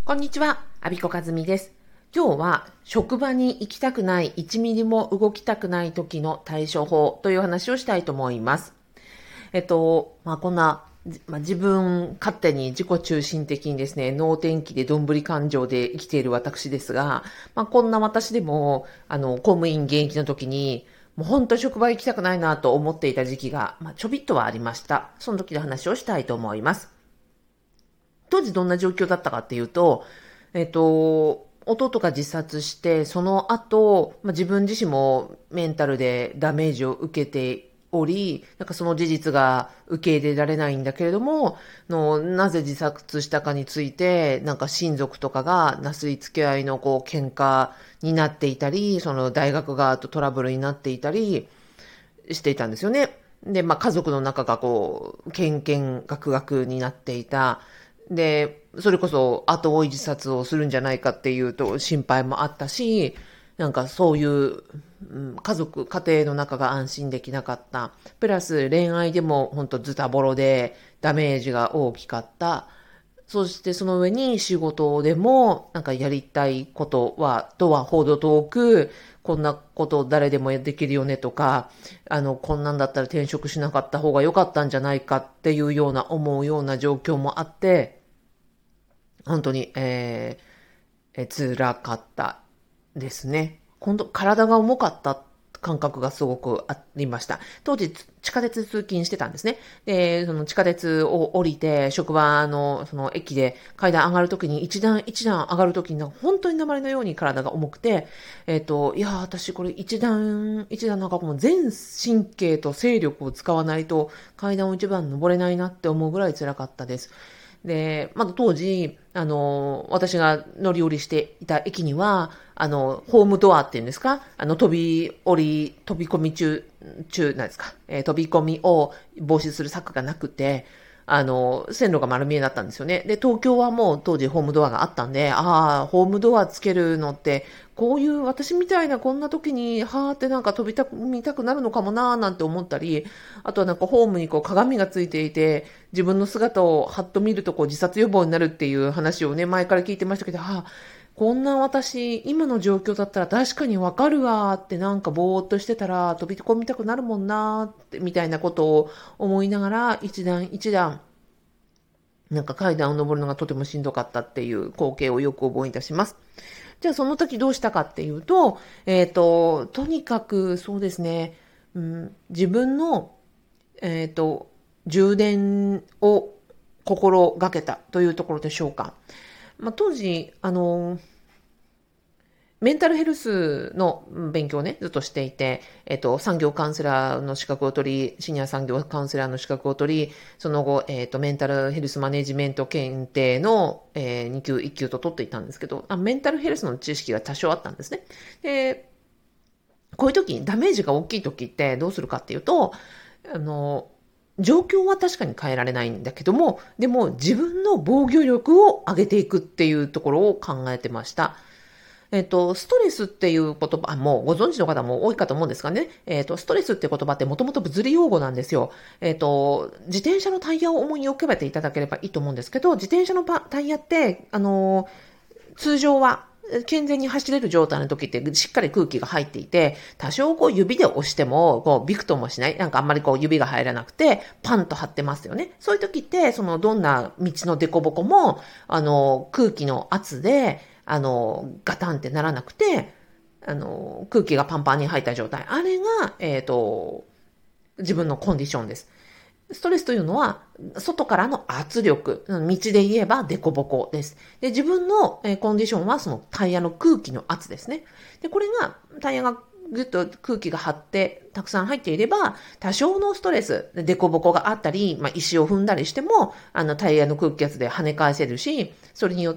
こんにちは、阿比子和美です。今日は職場に行きたくない1ミリも動きたくない時の対処法という話をしたいと思います。こんな、自分勝手に自己中心的にですね、能天気でどんぶり感情で生きている私ですが、こんな私でも、公務員現役の時に、もう本当に職場行きたくないなと思っていた時期が、ちょびっとはありました。その時の話をしたいと思います。当時どんな状況だったかっていうと、弟が自殺して、その後、自分自身もメンタルでダメージを受けており、その事実が受け入れられないんだけれども、なぜ自殺したかについて、親族とかがなすりつけ合いの喧嘩になっていたり、その大学側とトラブルになっていたりしていたんですよね。で、家族の中がけんけんがくがくになっていた。で、それこそ後追い自殺をするんじゃないかっていうと心配もあったし、そういう、家庭の中が安心できなかった。プラス恋愛でも本当ズタボロでダメージが大きかった。そしてその上に仕事でもやりたいこととは程遠く、こんなこと誰でもできるよねとか、こんなんだったら転職しなかった方が良かったんじゃないかっていうような思うような状況もあって、本当に、辛かったですね。本当、体が重かった感覚がすごくありました。当時、地下鉄通勤してたんですね。で、その地下鉄を降りて、職場のその駅で階段上がるときに、一段一段上がるときに、本当に鉛のように体が重くて、私これ一段一段もう全神経と精力を使わないと階段を一番登れないなって思うぐらい辛かったです。で、まだ当時、私が乗り降りしていた駅には、ホームドアっていうんですか、飛び込みなんですか、飛び込みを防止する柵がなくて、線路が丸見えだったんですよね。で、東京はもう当時ホームドアがあったんで、ホームドアつけるのって、こういう私みたいなこんな時に、見たくなるのかもなーなんて思ったり、あとはホームに鏡がついていて、自分の姿をはっと見ると自殺予防になるっていう話をね、前から聞いてましたけど、こんな私、今の状況だったら確かにわかるわーってぼーっとしてたら飛び込みたくなるもんなーって、みたいなことを思いながら、一段一段、階段を登るのがとてもしんどかったっていう光景をよく覚えいたします。じゃあその時どうしたかっていうと、とにかくそうですね、自分の、充電を心がけたというところでしょうか。当時、メンタルヘルスの勉強をね、ずっとしていて、産業カウンセラーの資格を取り、シニア産業カウンセラーの資格を取り、その後、メンタルヘルスマネジメント検定の、2級、1級と取っていたんですけど、メンタルヘルスの知識が多少あったんですね。で、こういう時にダメージが大きい時ってどうするかっていうと、状況は確かに変えられないんだけども、でも自分の防御力を上げていくっていうところを考えてました。ストレスっていう言葉、もうご存知の方も多いかと思うんですがね。ストレスって言葉ってもともと物理用語なんですよ。自転車のタイヤを思い浮かべていただければいいと思うんですけど、自転車のタイヤって、通常は、健全に走れる状態の時ってしっかり空気が入っていて、多少指で押しても、ビクともしない。あんまり指が入らなくて、パンと張ってますよね。そういう時って、どんな道の凸凹も、空気の圧で、ガタンってならなくて、空気がパンパンに入った状態。あれが、自分のコンディションです。ストレスというのは、外からの圧力、道で言えば凸凹です。で、自分のコンディションはそのタイヤの空気の圧ですね。で、これが、タイヤがぐっと空気が張ってたくさん入っていれば、多少のストレス、凸凹があったり、石を踏んだりしても、タイヤの空気圧で跳ね返せるし、それによって、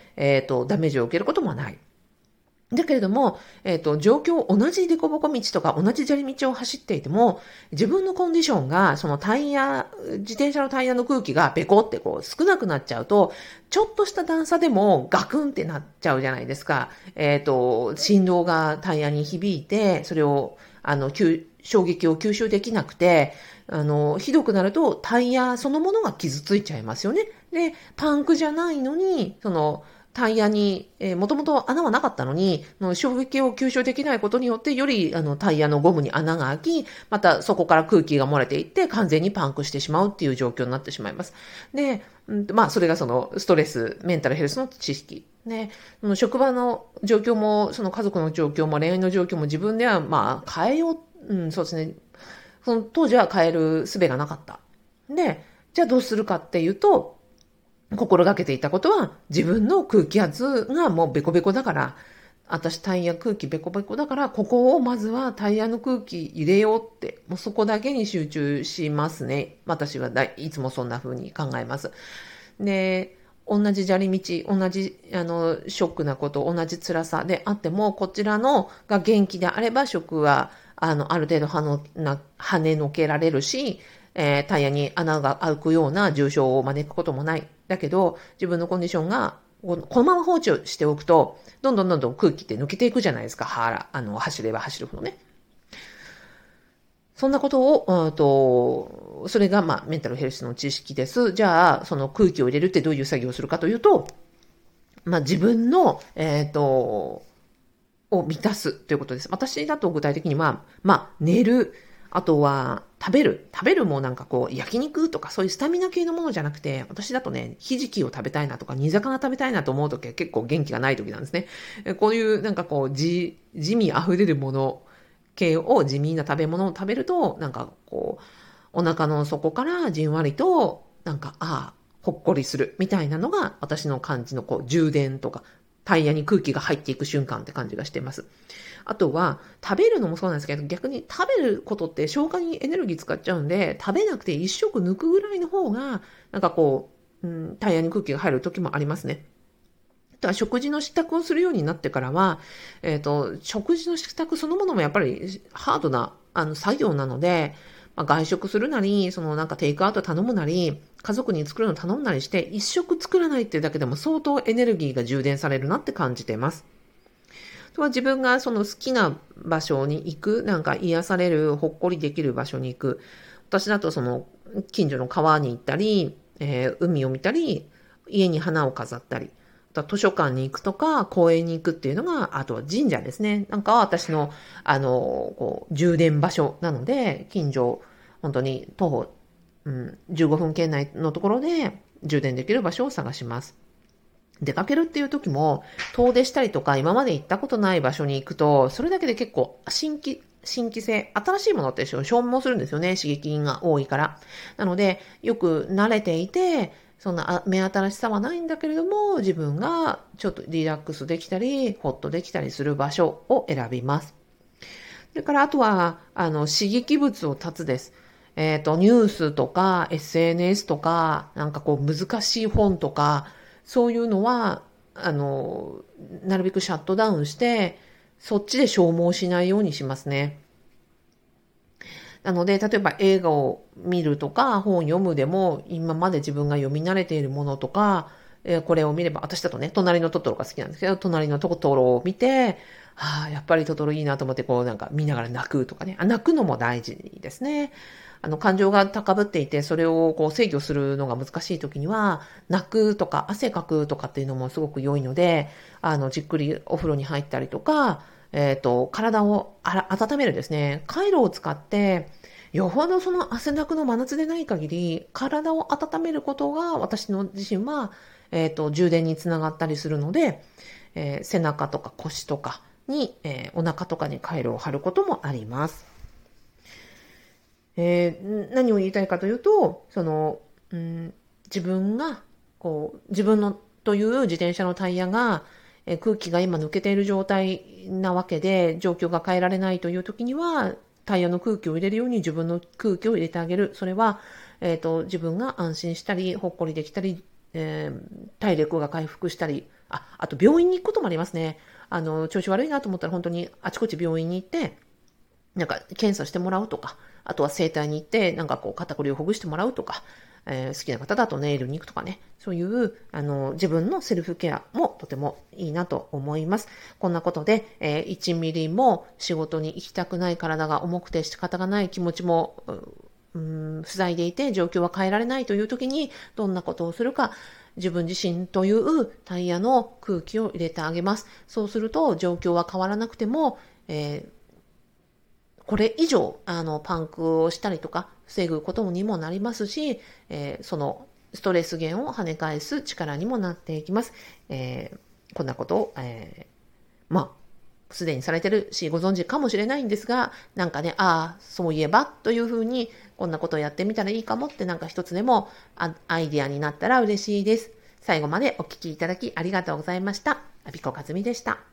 ダメージを受けることもない。だけれども、状況、同じ凸凹道とか同じ砂利道を走っていても、自分のコンディションが、その自転車のタイヤの空気がベコって少なくなっちゃうと、ちょっとした段差でもガクンってなっちゃうじゃないですか。振動がタイヤに響いて、それを、衝撃を吸収できなくて、ひどくなるとタイヤそのものが傷ついちゃいますよね。 で、パンクじゃないのに、その、タイヤに、もともと穴はなかったのに、衝撃を吸収できないことによって、より、タイヤのゴムに穴が開き、またそこから空気が漏れていって、完全にパンクしてしまうっていう状況になってしまいます。で、まあ、それがその、ストレス、メンタルヘルスの知識。ね、職場の状況も、その家族の状況も恋愛の状況も自分では、まあ、変えよう、そうですね。その当時は変える術がなかった。で、じゃあどうするかっていうと、心がけていたことは、自分の空気圧がもうベコベコだから、私タイヤ空気ベコベコだから、ここをまずはタイヤの空気入れようって、もうそこだけに集中しますね。私はいつもそんな風に考えます。で、同じ砂利道、同じ、ショックなこと、同じ辛さであっても、こちらのが元気であれば、食は、ある程度跳ねのけられるし、タイヤに穴が開くような重傷を招くこともない。だけど、自分のコンディションが、このまま放置をしておくと、どんどん空気って抜けていくじゃないですか。走れば走るほどね。そんなことを、それが、まあ、メンタルヘルスの知識です。じゃあ、その空気を入れるってどういう作業をするかというと、まあ、自分の、を満たすということです。私だと具体的には、まあ、寝る、あとは食べる。食べるもなんかこう、焼肉とかそういうスタミナ系のものじゃなくて、私だとね、ひじきを食べたいなとか、煮魚食べたいなと思うときは結構元気がないときなんですね。こういうなんかこう、地味溢れるもの系を、地味な食べ物を食べると、なんかこう、お腹の底からじんわりと、なんか、ほっこりするみたいなのが私の感じのこう充電とかタイヤに空気が入っていく瞬間って感じがしています。あとは、食べるのもそうなんですけど、逆に食べることって消化にエネルギー使っちゃうんで、食べなくて一食抜くぐらいの方が、なんかこう、タイヤに空気が入る時もありますね。だから食事の支度をするようになってからは、食事の支度そのものもやっぱりハードな、作業なので、まあ、外食するなり、そのなんかテイクアウト頼むなり、家族に作るの頼むなりして、一食作らないっていうだけでも相当エネルギーが充電されるなって感じています。自分がその好きな場所に行く、なんか癒される、ほっこりできる場所に行く。私だとその近所の川に行ったり、海を見たり、家に花を飾ったり、あとは図書館に行くとか、公園に行くっていうのが、あとは神社ですね。なんかは私の、充電場所なので、近所、本当に徒歩、15分圏内のところで充電できる場所を探します。出かけるっていう時も、遠出したりとか、今まで行ったことない場所に行くと、それだけで結構新規性、新しいものって消耗するんですよね、刺激が多いから。なので、よく慣れていて、そんな目新しさはないんだけれども、自分がちょっとリラックスできたり、ホッとできたりする場所を選びます。それから、あとは、刺激物を断つです。ニュースとか、SNS とか、なんかこう、難しい本とか、そういうのは、なるべくシャットダウンして、そっちで消耗しないようにしますね。なので、例えば映画を見るとか、本を読むでも、今まで自分が読み慣れているものとか、これを見れば、私だとね、隣のトトロが好きなんですけど、隣のトトロを見て、やっぱりトトロいいなと思って、こうなんか見ながら泣くとかね。泣くのも大事ですね。感情が高ぶっていて、それをこう制御するのが難しい時には、泣くとか汗かくとかっていうのもすごく良いので、じっくりお風呂に入ったりとか、体を温めるですね。カイロを使って、よほどその汗だくの真夏でない限り、体を温めることが私の自身は、充電につながったりするので、背中とか腰とかに、お腹とかにカイロを貼ることもあります。何を言いたいかというと、自分が、自分のという自転車のタイヤが、空気が今抜けている状態なわけで、状況が変えられないという時には、タイヤの空気を入れるように自分の空気を入れてあげる。それは、自分が安心したり、ほっこりできたり、体力が回復したり、あと病院に行くこともありますね。調子悪いなと思ったら本当にあちこち病院に行って、なんか検査してもらうとか、あとは整体に行って、なんかこう肩こりをほぐしてもらうとか、好きな方だとネイルに行くとかね、そういう自分のセルフケアもとてもいいなと思います。こんなことで、1ミリも仕事に行きたくない、体が重くて仕方がない気持ちも不在でいて状況は変えられないという時にどんなことをするか、自分自身というタイヤの空気を入れてあげます。そうすると状況は変わらなくても、これ以上パンクをしたりとか防ぐことにもなりますし、そのストレス源を跳ね返す力にもなっていきます。こんなことを、すでにされてるしご存知かもしれないんですが、なんかね、そういえばというふうにこんなことをやってみたらいいかもって、なんか一つでもアイディアになったら嬉しいです。最後までお聞きいただきありがとうございました。アビコカズミでした。